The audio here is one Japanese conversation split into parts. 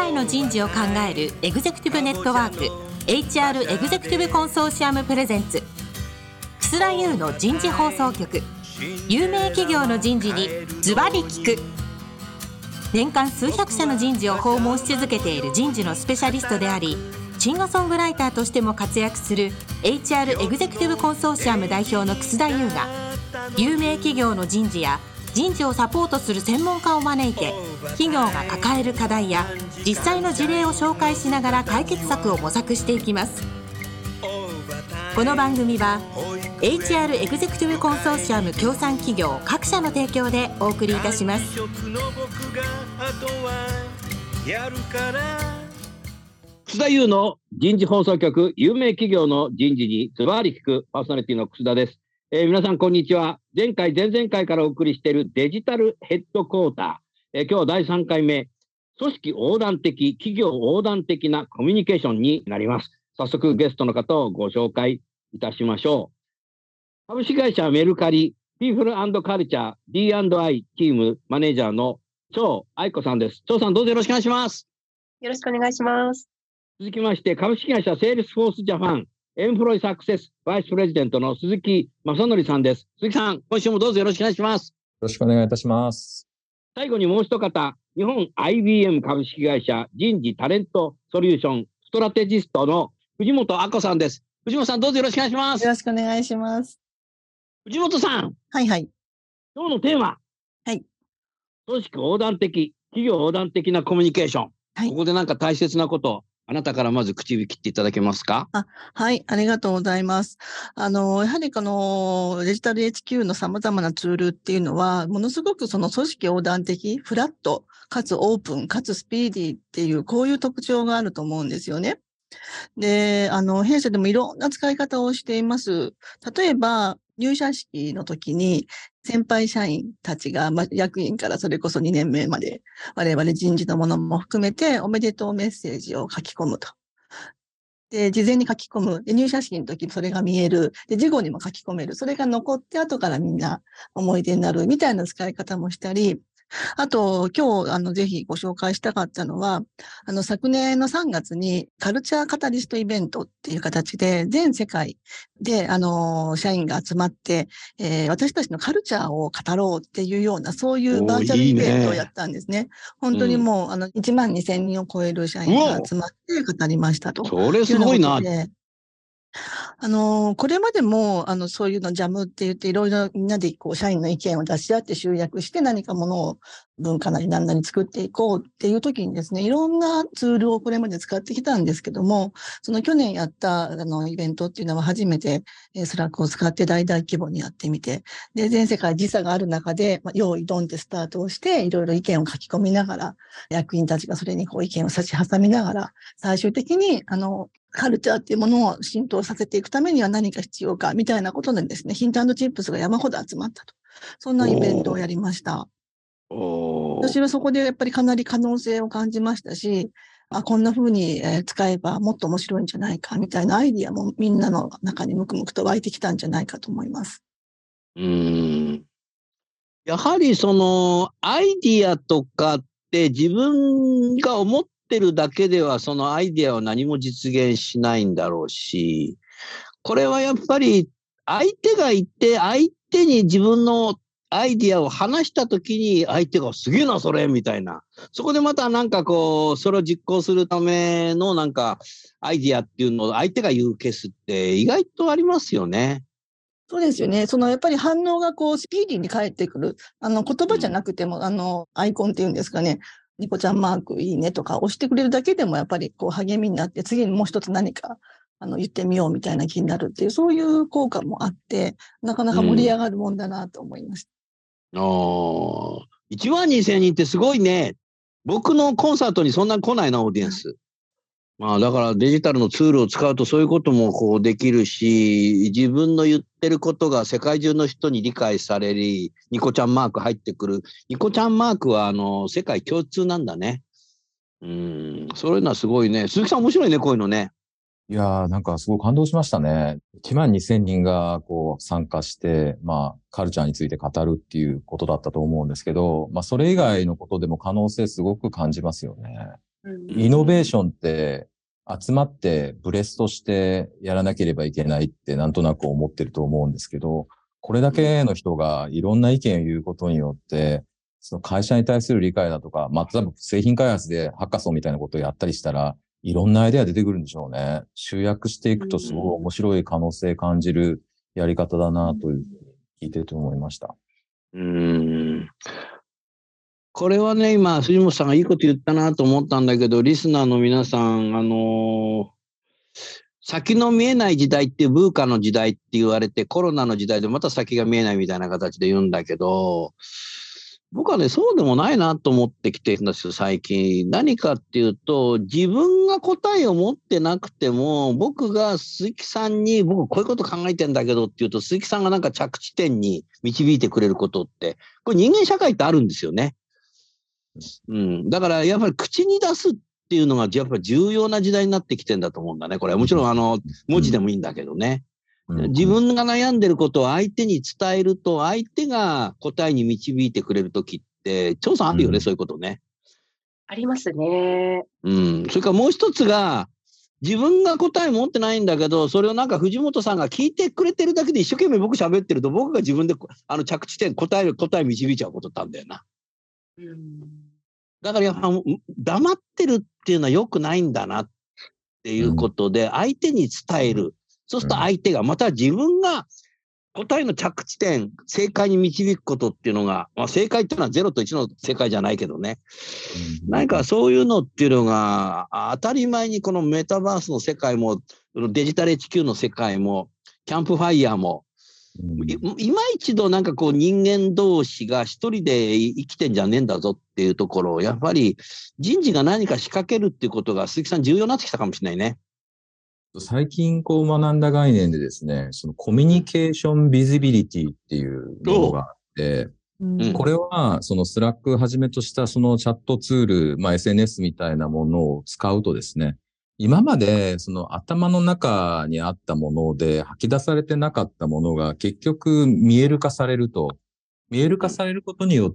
来の人事を考えるエグゼクティブネットワーク HR エグゼクティブコンソーシアムプレゼンツ楠田優の人事放送局。有名企業の人事にズバリ聞く。年間数百社の人事を訪問し続けている人事のスペシャリストであり、シンガーソングライターとしても活躍する HR エグゼクティブコンソーシアム代表の楠田優が、有名企業の人事や人事をサポートする専門家を招いて、企業が抱える課題や実際の事例を紹介しながら解決策を模索していきます。この番組は HR エグゼクティブコンソーシアム協賛企業各社の提供でお送りいたします。 楠田優の人事放送局、有名企業の人事にズバリ聞く、パーソナリティの楠田です。皆さんこんにちは。前回前々回からお送りしているデジタルヘッドクォーター、今日は第3回目、組織横断的、企業横断的なコミュニケーションになります。早速ゲストの方をご紹介いたしましょう。株式会社メルカリピープル&カルチャー D&I チームマネージャーの張愛子さんです。張さん、どうぞよろしくお願いします。 よろしくお願いします。 続きまして株式会社セールスフォースジャパンエンプロイサクセスバイスプレジデントの鈴木正則さんです。鈴木さん、今週もどうぞよろしくお願いします。 よろしくお願いいたします。 最後にもう一方、日本 IBM 株式会社人事タレントソリューションストラテジストの藤本亜子さんです。藤本さん、どうぞよろしくお願いします。 よろしくお願いします。 藤本さん。 はいはい。 今日のテーマ。 はい。 組織横断的、企業横断的なコミュニケーション。はい。ここでなんか大切なこと、あなたからまず口火切っていただけますか？ はい、ありがとうございます。やはりこのデジタル HQ の様々なツールっていうのは、ものすごくその組織横断的、フラット、かつオープン、かつスピーディーっていう、こういう特徴があると思うんですよね。で、弊社でもいろんな使い方をしています。例えば、入社式の時に先輩社員たちが、役員からそれこそ2年目まで我々人事のものも含めておめでとうメッセージを書き込むと。で、事前に書き込む。で、入社式の時それが見える。で、事後にも書き込める。それが残って後からみんな思い出になるみたいな使い方もしたり、あと、今日、ぜひご紹介したかったのは、昨年の3月にカルチャーカタリストイベントっていう形で、全世界で、社員が集まって、私たちのカルチャーを語ろうっていうような、そういうバーチャルイベントをやったんですね。本当にもう、1万2000人を超える社員が集まって語りましたと。 それすごいな。 これまでも、そういうのジャムって言っていろいろみんなでこう、社員の意見を出し合って集約して何かものを文化なり何なり作っていこうっていう時にですね、いろんなツールをこれまで使ってきたんですけども、その去年やったイベントっていうのは初めてスラックを使って大々規模にやってみて、で、全世界時差がある中で、用意ドンってスタートをして、いろいろ意見を書き込みながら、役員たちがそれにこう意見を差し挟みながら、最終的にカルチャーっていうものを浸透させていくためには何か必要かみたいなことでですね、ヒント&チップスが山ほど集まったと。そんなイベントをやりました。私はそこでやっぱりかなり可能性を感じましたし、こんな風に使えばもっと面白いんじゃないかみたいなアイディアもみんなの中にムクムクと湧いてきたんじゃないかと思います。 やはりそのアイディアとかって自分が思ってるだけではそのアイディアは何も実現しないんだろうし、これはやっぱり相手がいて相手に自分のアイディアを話したときに相手がすげえなそれみたいな、そこでまたなんかこうそれを実行するためのなんかアイディアっていうのを相手が言うケースって意外とありますよね。 そうですよね。やっぱり反応がこうスピーディーに返ってくる。言葉じゃなくても、アイコンっていうんですかね。ニコちゃんマークいいねとか押してくれるだけでもやっぱりこう励みになって、次にもう一つ何か言ってみようみたいな気になるっていう、そういう効果もあって、なかなか盛り上がるもんだなと思いました。 1万2000人ってすごいね。僕のコンサートにそんなに来ないな、オーディエンス。だからデジタルのツールを使うとそういうこともこうできるし、自分の言ってることが世界中の人に理解される、ニコちゃんマーク入ってくる。ニコちゃんマークは世界共通なんだね。そういうのはすごいね。鈴木さん面白いね、こういうのね。 いやー、なんかすごい感動しましたね。1万2000人がこう参加して、カルチャーについて語るっていうことだったと思うんですけど、それ以外のことでも可能性すごく感じますよね。 イノベーションって集まってブレストしてやらなければいけないってなんとなく思ってると思うんですけど、これだけの人がいろんな意見を言うことによって、その会社に対する理解だとか、例えば製品開発でハッカソンみたいなことをやったりしたら、いろんなアイデア出てくるんでしょうね。集約していくとすごい面白い可能性感じるやり方だなというふうに聞いてると思いました。 これはね、今、藤本さんがいいこと言ったなと思ったんだけど、リスナーの皆さん、先の見えない時代っていうブーカの時代って言われて、コロナの時代でまた先が見えないみたいな形で言うんだけど、僕はね、そうでもないなと思ってきてるんですよ、最近。何かっていうと、自分が答えを持ってなくても、僕が鈴木さんに、僕こういうこと考えてんだけどって言うと、鈴木さんがなんか着地点に導いてくれることって、これ人間社会ってあるんですよね。だからやっぱり口に出すっていうのがやっぱり重要な時代になってきてんだと思うんだね。これはもちろん文字でもいいんだけどね。自分が悩んでることを相手に伝えると、相手が答えに導いてくれるときって、張さんあるよね、そういうことね。 ありますね。 それからもう一つが、自分が答え持ってないんだけど、それをなんか藤本さんが聞いてくれてるだけで一生懸命僕喋ってると、僕が自分で着地点、答え導いちゃうことってあるんだよな。だからやっぱ黙ってるっていうのは良くないんだなっていうことで、相手に伝える。そうすると相手が、また自分が答えの着地点、正解に導くことっていうのが、正解っていうのは0と1の正解じゃないけどね。何かそういうのっていうのが、当たり前にこのメタバースの世界も、デジタル HQ の世界も、キャンプファイヤーも、今一度なんかこう人間同士が一人で生きてんじゃねえんだぞっていうところを、やっぱり人事が何か仕掛けるっていうことが鈴木さん重要になってきたかもしれないね。 最近学んだ概念でですね、そのコミュニケーションビジビリティっていうものがあって、これはそのスラックはじめとしたそのチャットツール、SNS みたいなものを使うとですね、今までその頭の中にあったもので吐き出されてなかったものが結局見える化されることによって、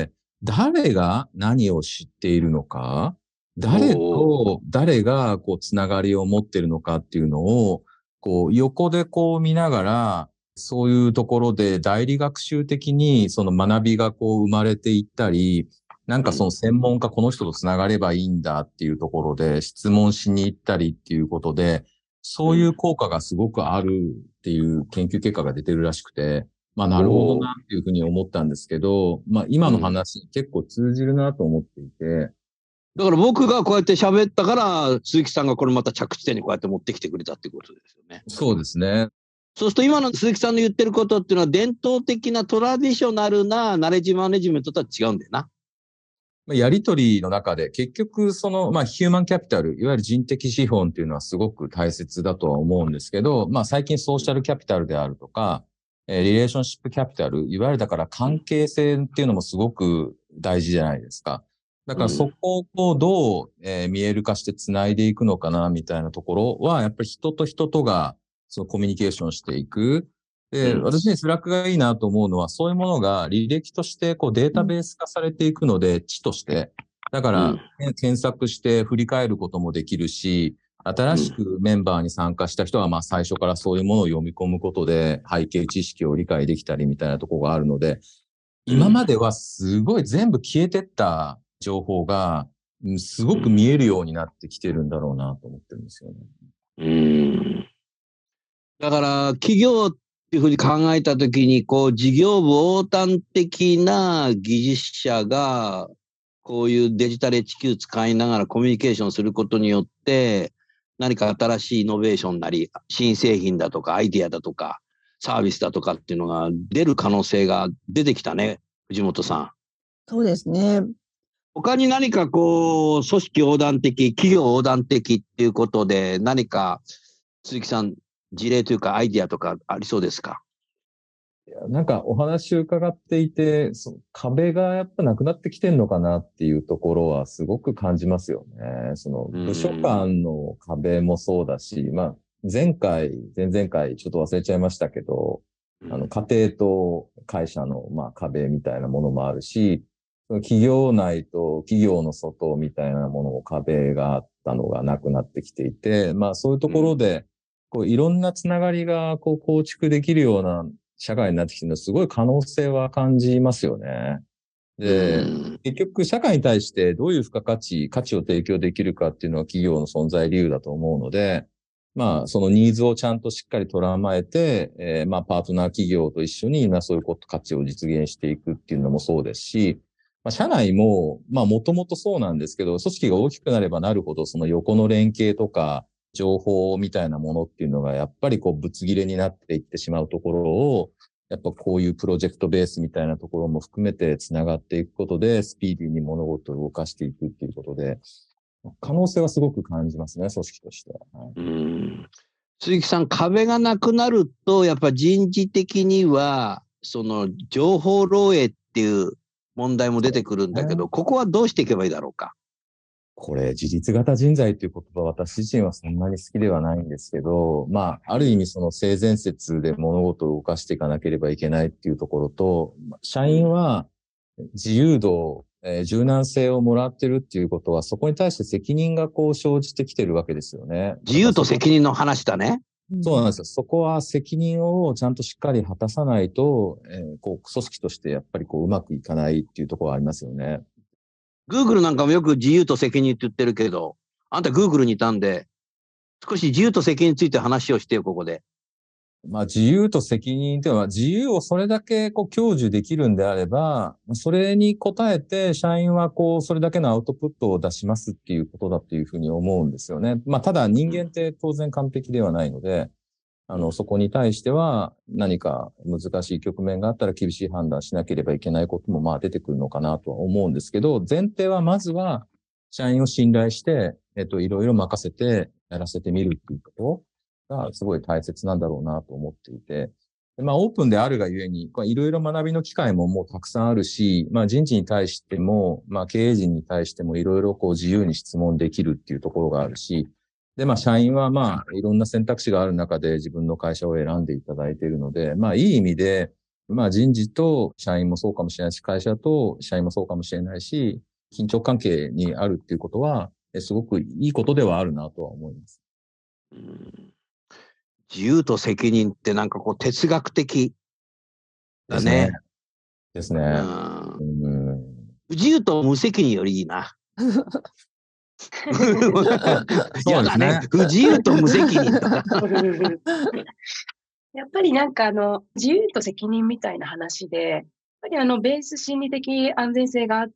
誰が何を知っているのか、誰と誰がつながりを持っているのかっていうのを横で見ながら、そういうところで代理学習的にその学びが生まれていったり、なんかその専門家この人とつながればいいんだっていうところで質問しに行ったりっていうことで、そういう効果がすごくあるっていう研究結果が出てるらしくて、なるほどなっていうふうに思ったんですけど、今の話結構通じるなと思っていて、 だから僕がこうやって喋ったから、鈴木さんがこれまた着地点にこうやって持ってきてくれたっていうことですよね。 そうですね。 そうすると今の鈴木さんの言ってることっていうのは伝統的なトラディショナルなナレッジマネジメントとは違うんだよな。 やりとりの中で結局ヒューマンキャピタル、いわゆる人的資本っていうのはすごく大切だとは思うんですけど、最近ソーシャルキャピタルであるとか、リレーションシップキャピタル、いわゆるだから関係性っていうのもすごく大事じゃないですか。だからそこをどう、見える化して繋いでいくのかなみたいなところは、やっぱり人と人とがそのコミュニケーションしていく。で、私にスラックがいいなと思うのは、そういうものが履歴としてデータベース化されていくので、知として。だから、検索して振り返ることもできるし、新しくメンバーに参加した人は、最初からそういうものを読み込むことで、背景知識を理解できたりみたいなところがあるので、今まではすごい全部消えてった情報が、すごく見えるようになってきてるんだろうなと思ってるんですよね。 だから、企業っていうふうに考えたときに、事業部横断的な技術者が、こういうデジタル HQ 使いながらコミュニケーションすることによって、何か新しいイノベーションなり、新製品だとか、アイディアだとか、サービスだとかっていうのが出る可能性が出てきたね、藤本さん。 そうですね。 他に何か組織横断的、企業横断的っていうことで、何か鈴木さん、事例というかアイディアとかありそうですか？ なんかお話を伺っていて、壁がやっぱなくなってきてんのかなっていうところはすごく感じますよね。部署間の壁もそうだし、前々回ちょっと忘れちゃいましたけど、家庭と会社の壁みたいなものもあるし、 企業内と企業の外みたいなものを壁があったのがなくなってきていて、まあそういうところで、いろんなつながりが構築できるような社会になってきてるのはすごい可能性は感じますよね。で、結局社会に対してどういう付加価値を提供できるかっていうのは企業の存在理由だと思うので、まあそのニーズをちゃんとしっかり捉まえて、まあパートナー企業と一緒にそういう価値を実現していくっていうのもそうですし、まあ、社内も、まあもともとそうなんですけど、組織が大きくなればなるほどその横の連携とか情報みたいなものっていうのがやっぱりぶつ切れになっていってしまうところを、やっぱこういうプロジェクトベースみたいなところも含めてつながっていくことで、スピーディーに物事を動かしていくっていうことで、可能性はすごく感じますね、組織としては。 鈴木さん、壁がなくなると、やっぱ人事的には、その情報漏洩っていう問題も出てくるんだけど、ここはどうしていけばいいだろうか。 これ、自立型人材っていう言葉、私自身はそんなに好きではないんですけど、まあ、ある意味その性善説で物事を動かしていかなければいけないっていうところと、社員は自由度、柔軟性をもらってるっていうことは、そこに対して責任が生じてきてるわけですよね。 自由と責任の話だね。 そうなんですよ。そこは責任をちゃんとしっかり果たさないと、組織としてやっぱりうまくいかないっていうところはありますよね。 Google なんかもよく自由と責任って言ってるけど、あんた Google にいたんで、少し自由と責任について話をしてよ、ここで。 まあ自由と責任というのは、自由をそれだけ享受できるんであれば、それに応えて社員はそれだけのアウトプットを出しますっていうことだっていうふうに思うんですよね。まあただ人間って当然完璧ではないので、そこに対しては何か難しい局面があったら厳しい判断しなければいけないこともまあ出てくるのかなとは思うんですけど、前提はまずは社員を信頼して、いろいろ任せてやらせてみるっていうことがすごい大切なんだろうなと思っていて、まあオープンであるがゆえに、いろいろ学びの機会ももうたくさんあるし、まあ人事に対しても、まあ経営陣に対してもいろいろ自由に質問できるっていうところがあるし、で、まあ、社員はまあ、いろんな選択肢がある中で自分の会社を選んでいただいているので、まあ、いい意味で、まあ、人事と社員もそうかもしれないし、会社と社員もそうかもしれないし、緊張関係にあるっていうことは、すごくいいことではあるなとは思います。 自由と責任ってなんか哲学的だね。 ですね。 不自由と無責任よりいいな。そうだね。不自由と無責任とか。 やっぱりなんか自由と責任みたいな話で、やっぱりベース心理的安全性があって、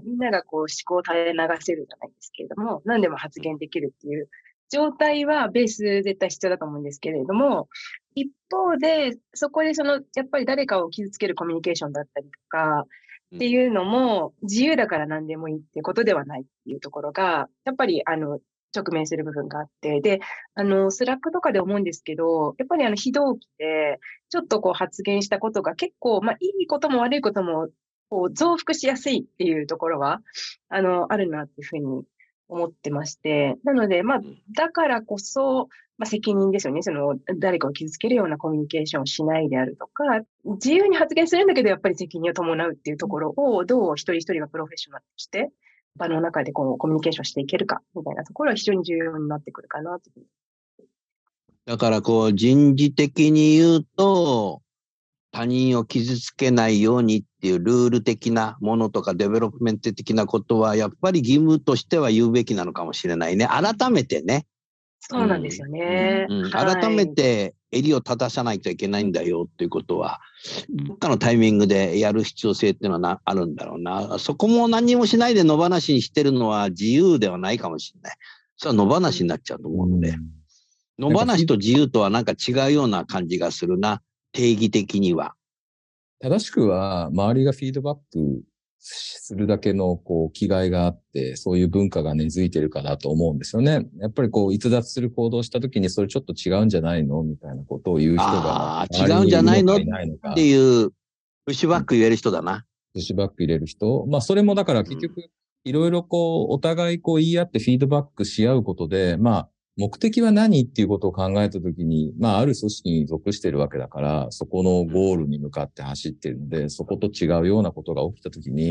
みんなが思考を垂れ流せるじゃないですけれども、何でも発言できるっていう状態はベース絶対必要だと思うんですけれども、一方で、そこでやっぱり誰かを傷つけるコミュニケーションだったりとか、っていうのも、自由だから何でもいいっていうことではないっていうところが、やっぱり、直面する部分があって、で、スラックとかで思うんですけど、やっぱり非同期で、ちょっと発言したことが結構、まあ、いいことも悪いことも、増幅しやすいっていうところは、あるなっていうふうに思ってまして、なので、まあ、だからこそ、まあ、責任ですよね。誰かを傷つけるようなコミュニケーションをしないであるとか、自由に発言するんだけど、やっぱり責任を伴うっていうところを、どう一人一人がプロフェッショナルとして、場の中でコミュニケーションしていけるか、みたいなところは非常に重要になってくるかなと。 だから人事的に言うと、他人を傷つけないようにっていうルール的なものとかデベロップメント的なことは、やっぱり義務としては言うべきなのかもしれないね。改めてね。 そうなんですよね。 改めて襟を正さないといけないんだよっていうことは、どっかのタイミングでやる必要性っていうのはあるんだろうな。そこも何もしないで野放しにしてるのは自由ではないかもしれない。それは野放しになっちゃうと思うので。野放しと自由とはなんか違うような感じがするな。定義的には。 正しくは、周りがフィードバックするだけの気概があって、そういう文化が根付いてるかなと思うんですよね。やっぱり逸脱する行動をしたときに、それちょっと違うんじゃないのみたいなことを言う人が。 違うんじゃないのっていう、プッシュバック言える人だな。 プッシュバック入れる人。まあ、それもだから結局、いろいろお互い言い合ってフィードバックし合うことで、まあ、目的は何っていうことを考えたときに、まあ、ある組織に属しているわけだから、そこのゴールに向かって走っているので、そこと違うようなことが起きたときに、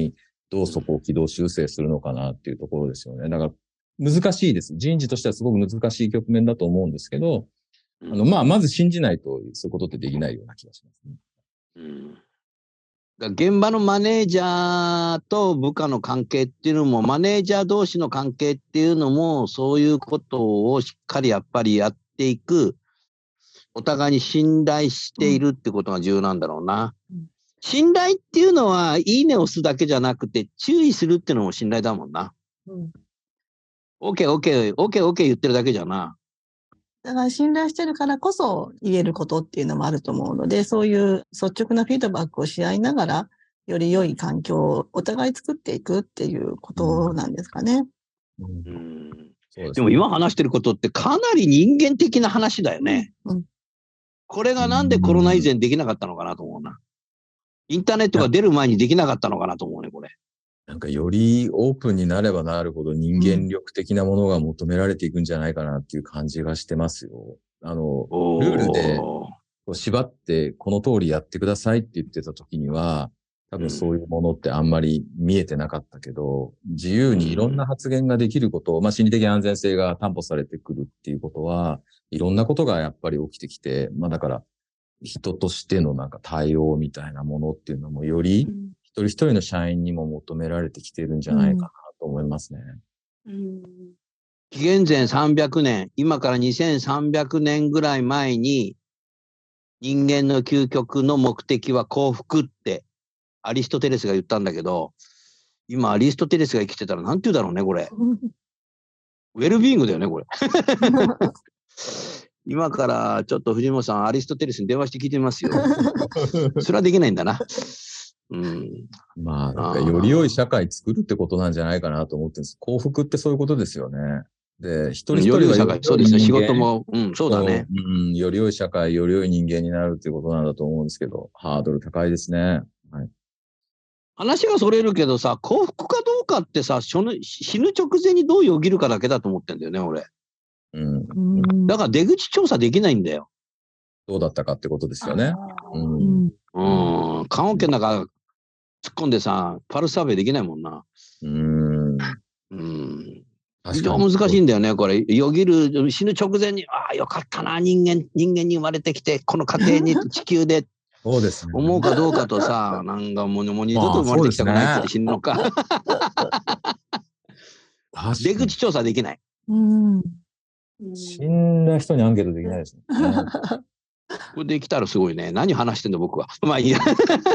どうそこを軌道修正するのかなっていうところですよね。だから難しいです。人事としてはすごく難しい局面だと思うんですけど、まず信じないとそういうことってできないような気がしますね。 現場のマネージャーと部下の関係っていうのも、マネージャー同士の関係っていうのも、そういうことをしっかりやっぱりやっていく、お互いに信頼しているってことが重要なんだろうな。信頼っていうのは、いいねを押すだけじゃなくて、注意するっていうのも信頼だもんな。OK 言ってるだけじゃな。 だから信頼してるからこそ言えることっていうのもあると思うので、そういう率直なフィードバックをし合いながら、より良い環境をお互い作っていくっていうことなんですかね。 でも今話してることってかなり人間的な話だよね。これがなんでコロナ以前できなかったのかなと思うな。インターネットが出る前にできなかったのかなと思うね、これ。 なんかよりオープンになればなるほど人間力的なものが求められていくんじゃないかなっていう感じがしてますよ。ルールで縛ってこの通りやってくださいって言ってた時には、多分そういうものってあんまり見えてなかったけど、自由にいろんな発言ができること、心理的安全性が担保されてくるっていうことは、いろんなことがやっぱり起きてきて、だから人としてのなんか対応みたいなものっていうのもより、一人一人の社員にも求められてきているんじゃないかなと思いますね。 紀元前300年、今から2300年ぐらい前に、人間の究極の目的は幸福ってアリストテレスが言ったんだけど、今アリストテレスが生きてたらなんて言うだろうね、これ。ウェルビーイングだよね、これ。今からちょっと藤本さん、アリストテレスに電話して聞いてみますよ。それはできないんだな。 なんかより良い社会作るってことなんじゃないかなと思ってるんです。幸福ってそういうことですよね。で、一人一人は社会、そうですね、仕事も、そうだね。 より良い社会、より良い人間になるっていうことなんだと思うんですけど、ハードル高いですね。はい。 話がそれるけどさ、幸福かどうかってさ、死ぬ直前にどうよぎるかだけだと思ってんだよね、俺。だから出口調査できないんだよ。 どうだったかってことですよね。 棺桶の中突っ込んでさ、パルスサーベイできないもんな。非常に難しいんだよね、これ。よぎる、死ぬ直前に、よかったな、人間に生まれてきて、この家庭に、地球で、 そうですね。 思うかどうかとさ、なんかもう二度と生まれてきたくないって死ぬのか。出口調査できない。 死んだ人にアンケートできないですね。 これできたらすごいね。何話してんの僕は。まあいいや。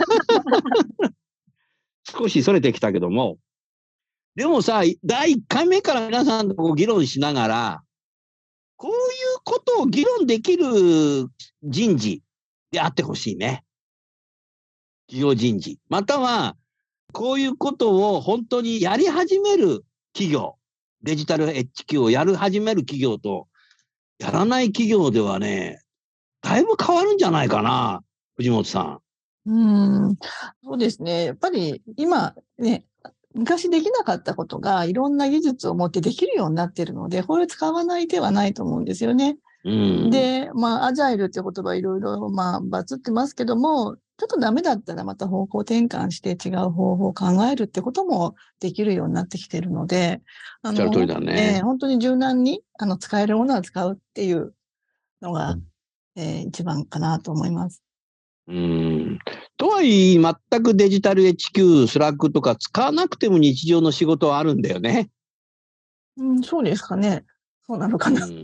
少しそれてきたけども。でもさ、第1回目から皆さんと議論しながら、こういうことを議論できる人事であってほしいね。企業人事。または、こういうことを本当にやり始める企業、デジタル HQ をやり始める企業と、やらない企業ではね、だいぶ変わるんじゃないかな、藤本さん。 そうですね。やっぱり今ね、昔できなかったことがいろんな技術を持ってできるようになっているので、これ使わない手はないと思うんですよね。で、アジャイルっていう言葉いろいろ、バズってますけども、ちょっとダメだったらまた方向転換して違う方法を考えるってこともできるようになってきているので、 おっしゃる通りだね。 本当に柔軟に使えるものは使うっていうのが、一番かなと思います。 とはいえ、全くデジタル HQ、スラックとか使わなくても日常の仕事はあるんだよね。 そうですかね。そうなのかな。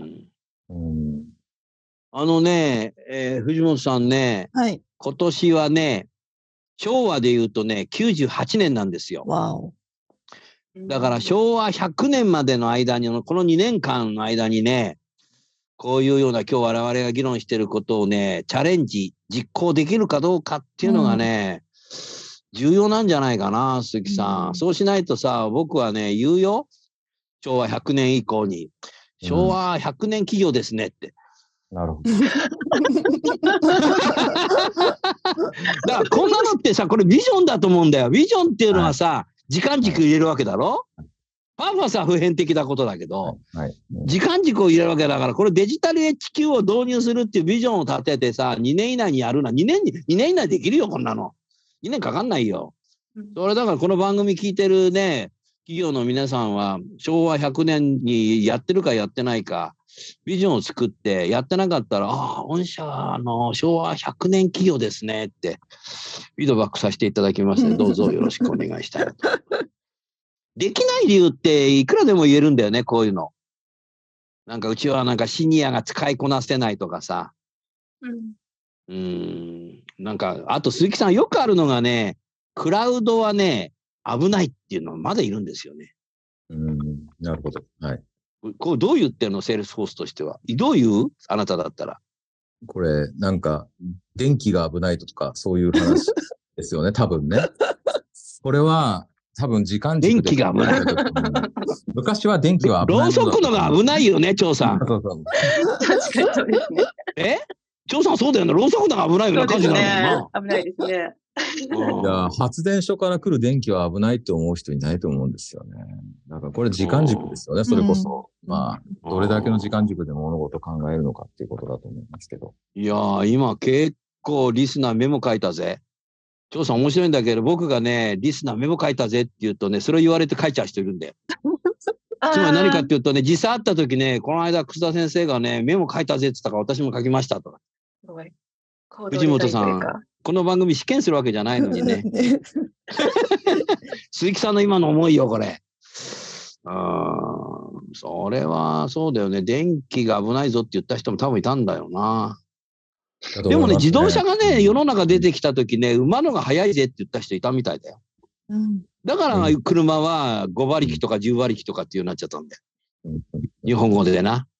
藤本さんね、今年はね、昭和で言うとね、98年なんですよ。だから昭和100年までの間に、この2年間の間にね、こういうような今日我々が議論していることをね、チャレンジ、実行できるかどうかっていうのがね、重要なんじゃないかな、鈴木さん。そうしないとさ、僕はね、言うよ。昭和100年以降に。昭和100年企業ですねって。 なるほど。 だからこんなのってさ、これビジョンだと思うんだよ。ビジョンっていうのはさ、時間軸入れるわけだろ？パフはさ、普遍的なことだけど、時間軸を入れるわけだから、これデジタル HQ を導入するっていうビジョンを立ててさ、2年以内にやるな。2年以内できるよ、こんなの。2年かかんないよ。 それだからこの番組聞いてるね、企業の皆さんは昭和100年にやってるかやってないか、ビジョンを作ってやってなかったら、御社昭和100年企業ですねってフィードバックさせていただきますので、どうぞよろしくお願いしたいと。できない理由っていくらでも言えるんだよね、こういうの。なんかうちはなんかシニアが使いこなせないとかさ。なんか、あと鈴木さんよくあるのがね、クラウドはね、危ないっていうのはまだいるんですよね。 なるほど。はい。 こうどう言ってるの、セールスフォースとしては。どう言う？あなただったら。 これ、なんか、電気が危ないとか、そういう話ですよね、多分ね。これは、多分時間軸で。 電気が危ない。 昔は電気は危ない。 ろうそくのが危ないよね、張さん。 確かにそうですね。 張さんそうだよね。ろうそくのが危ないような感じになるもんな。 危ないですね。 いや、発電所から来る電気は危ないって思う人いないと思うんですよね。だからこれ時間軸ですよね、それこそ。まあ、どれだけの時間軸で物事を考えるのかっていうことだと思いますけど。 いやー、今結構リスナーメモ書いたぜ。張さん面白いんだけど、僕がね、リスナーメモ書いたぜって言うとね、それを言われて書いちゃう人いるんだよ。つまり何かっていうとね、実際会った時ね、この間、楠田先生がね、メモ書いたぜって言ったから私も書きましたとか。藤本さん、この番組試験するわけじゃないのにね。鈴木さんの今の思いよ、これ。それはそうだよね。電気が危ないぞって言った人も多分いたんだよな。でもね、自動車がね、世の中出てきた時ね、馬のが速いぜって言った人いたみたいだよ。だから車は5馬力とか10馬力とかっていうようになっちゃったんだよ。日本語でな。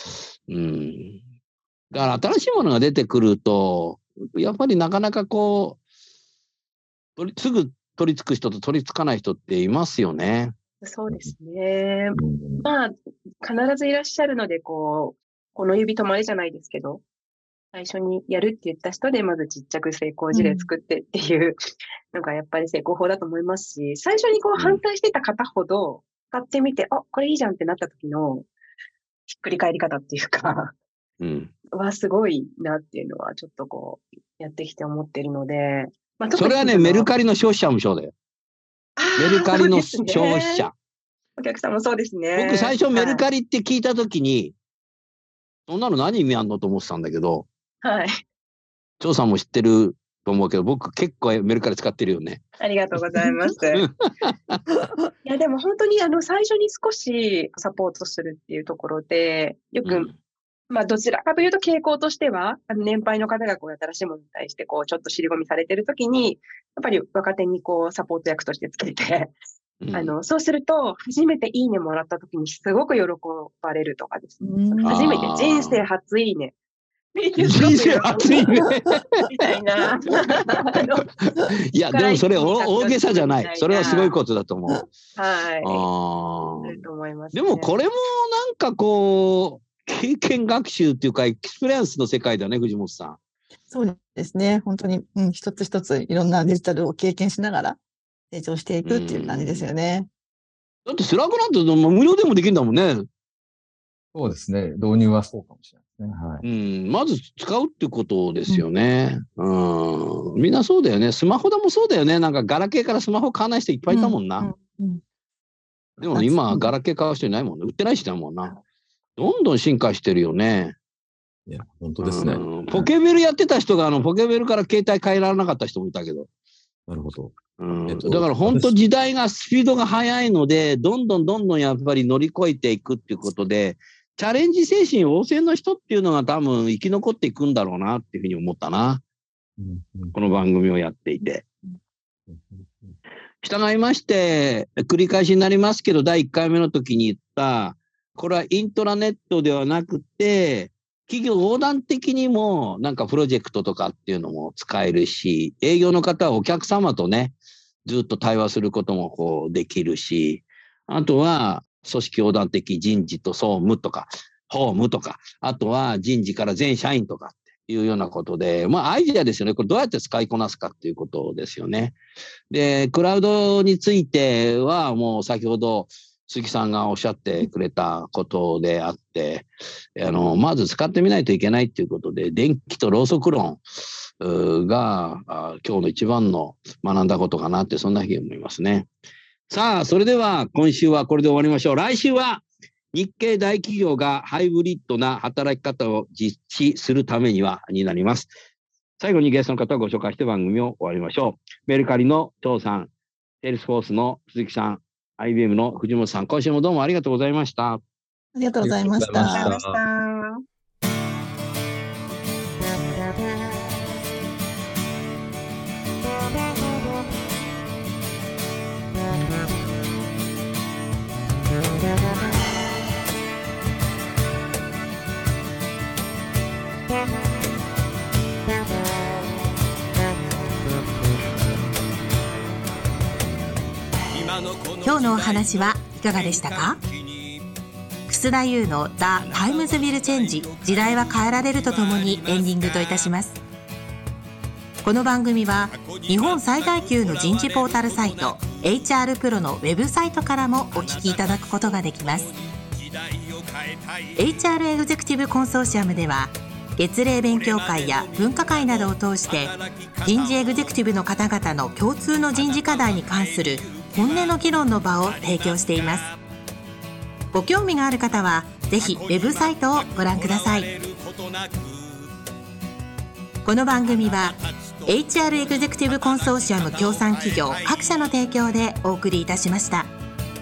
だから新しいものが出てくると、やっぱりなかなかこう、すぐ取り付く人と取り付かない人っていますよね。 そうですね。まあ、必ずいらっしゃるので、この指止まれじゃないですけど、最初にやるって言った人で、まずちっちゃく成功事例作ってっていうのがやっぱり成功法だと思いますし、最初にこう反対してた方ほど、使ってみて、これいいじゃんってなった時の、ひっくり返り方っていうか、すごいなっていうのは、ちょっとこう、やってきて思ってるので。 それはね、メルカリの消費者もそうだよ。メルカリの消費者。 お客さんもそうですね。 僕最初メルカリって聞いたときに、そんなの何意味あんのと思ってたんだけど、張さんも知ってると思うけど、僕結構メルカリ使ってるよね。 ありがとうございます。いや、でも本当に最初に少しサポートするっていうところで、よく、どちらかというと傾向としては、年配の方がこう新しいものに対してこうちょっと尻込みされてるときに、やっぱり若手にこうサポート役としてつけて、そうすると、初めていいねもらったときにすごく喜ばれるとかですね。初めて人生初いいね。 人生初いいね。 みたいな。 いや、でもそれ大げさじゃない。それはすごいことだと思う。 はい。と思います。 でもこれもなんかこう、経験学習っていうか、エクスペリエンスの世界だね、藤本さん。 そうですね。本当に、一つ一ついろんなデジタルを経験しながら成長していくっていう感じですよね。 だってスラックなんて無料でもできるんだもんね。 そうですね。導入はそうかもしれないですね。まず使うってことですよね。みんなそうだよね。スマホでもそうだよね。なんかガラケーからスマホ買わない人いっぱいいたもんな。でも今、ガラケー買う人いないもんね。売ってない人だもんな。どんどん進化してるよね。 いや、本当ですね。 ポケベルやってた人が、ポケベルから携帯変えられなかった人もいたけど。 なるほど。 だから本当時代が、スピードが速いので、どんどんやっぱり乗り越えていくっていうことで、チャレンジ精神旺盛の人っていうのが多分生き残っていくんだろうなっていうふうに思ったな。この番組をやっていて。従いまして、繰り返しになりますけど、第1回目の時に言った、これはイントラネットではなくて、企業横断的にもなんかプロジェクトとかっていうのも使えるし、営業の方はお客様とね、ずっと対話することもこうできるし、あとは組織横断的人事と総務とか、法務とか、あとは人事から全社員とかっていうようなことで、アイデアですよね。これどうやって使いこなすかっていうことですよね。で、クラウドについてはもう先ほど、 鈴木さんがおっしゃってくれたことであって、まず使ってみないといけないということで、電気とろうそく論が今日の一番の学んだことかなって、そんなふうに思いますね。さあ、それでは今週はこれで終わりましょう。来週は日系大企業がハイブリッドな働き方を実施するためにはになります。最後にゲストの方をご紹介して番組を終わりましょう。メルカリの張さん、セールスフォースの鈴木さん、IBM の藤本さん、今週もどうもありがとうございました。 ありがとうございました。 今日のお話はいかがでしたか？楠田優の The Times Will Change 時代は変えられるとともにエンディングといたします。この番組は日本最大級の人事ポータルサイト HR プロのウェブサイトからもお聞きいただくことができます。 HR エグゼクティブコンソーシアムでは月例勉強会や分科会などを通して人事エグゼクティブの方々の共通の人事課題に関する本音の議論の場を提供しています。ご興味がある方はぜひウェブサイトをご覧ください。この番組は HR エグゼクティブコンソーシアム協賛企業各社の提供でお送りいたしました。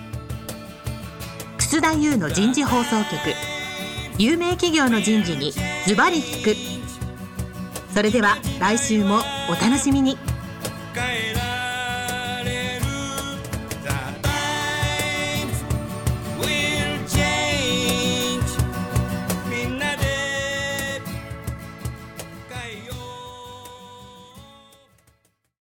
楠田優の人事放送局、有名企業の人事にズバリ聞く。それでは来週もお楽しみに。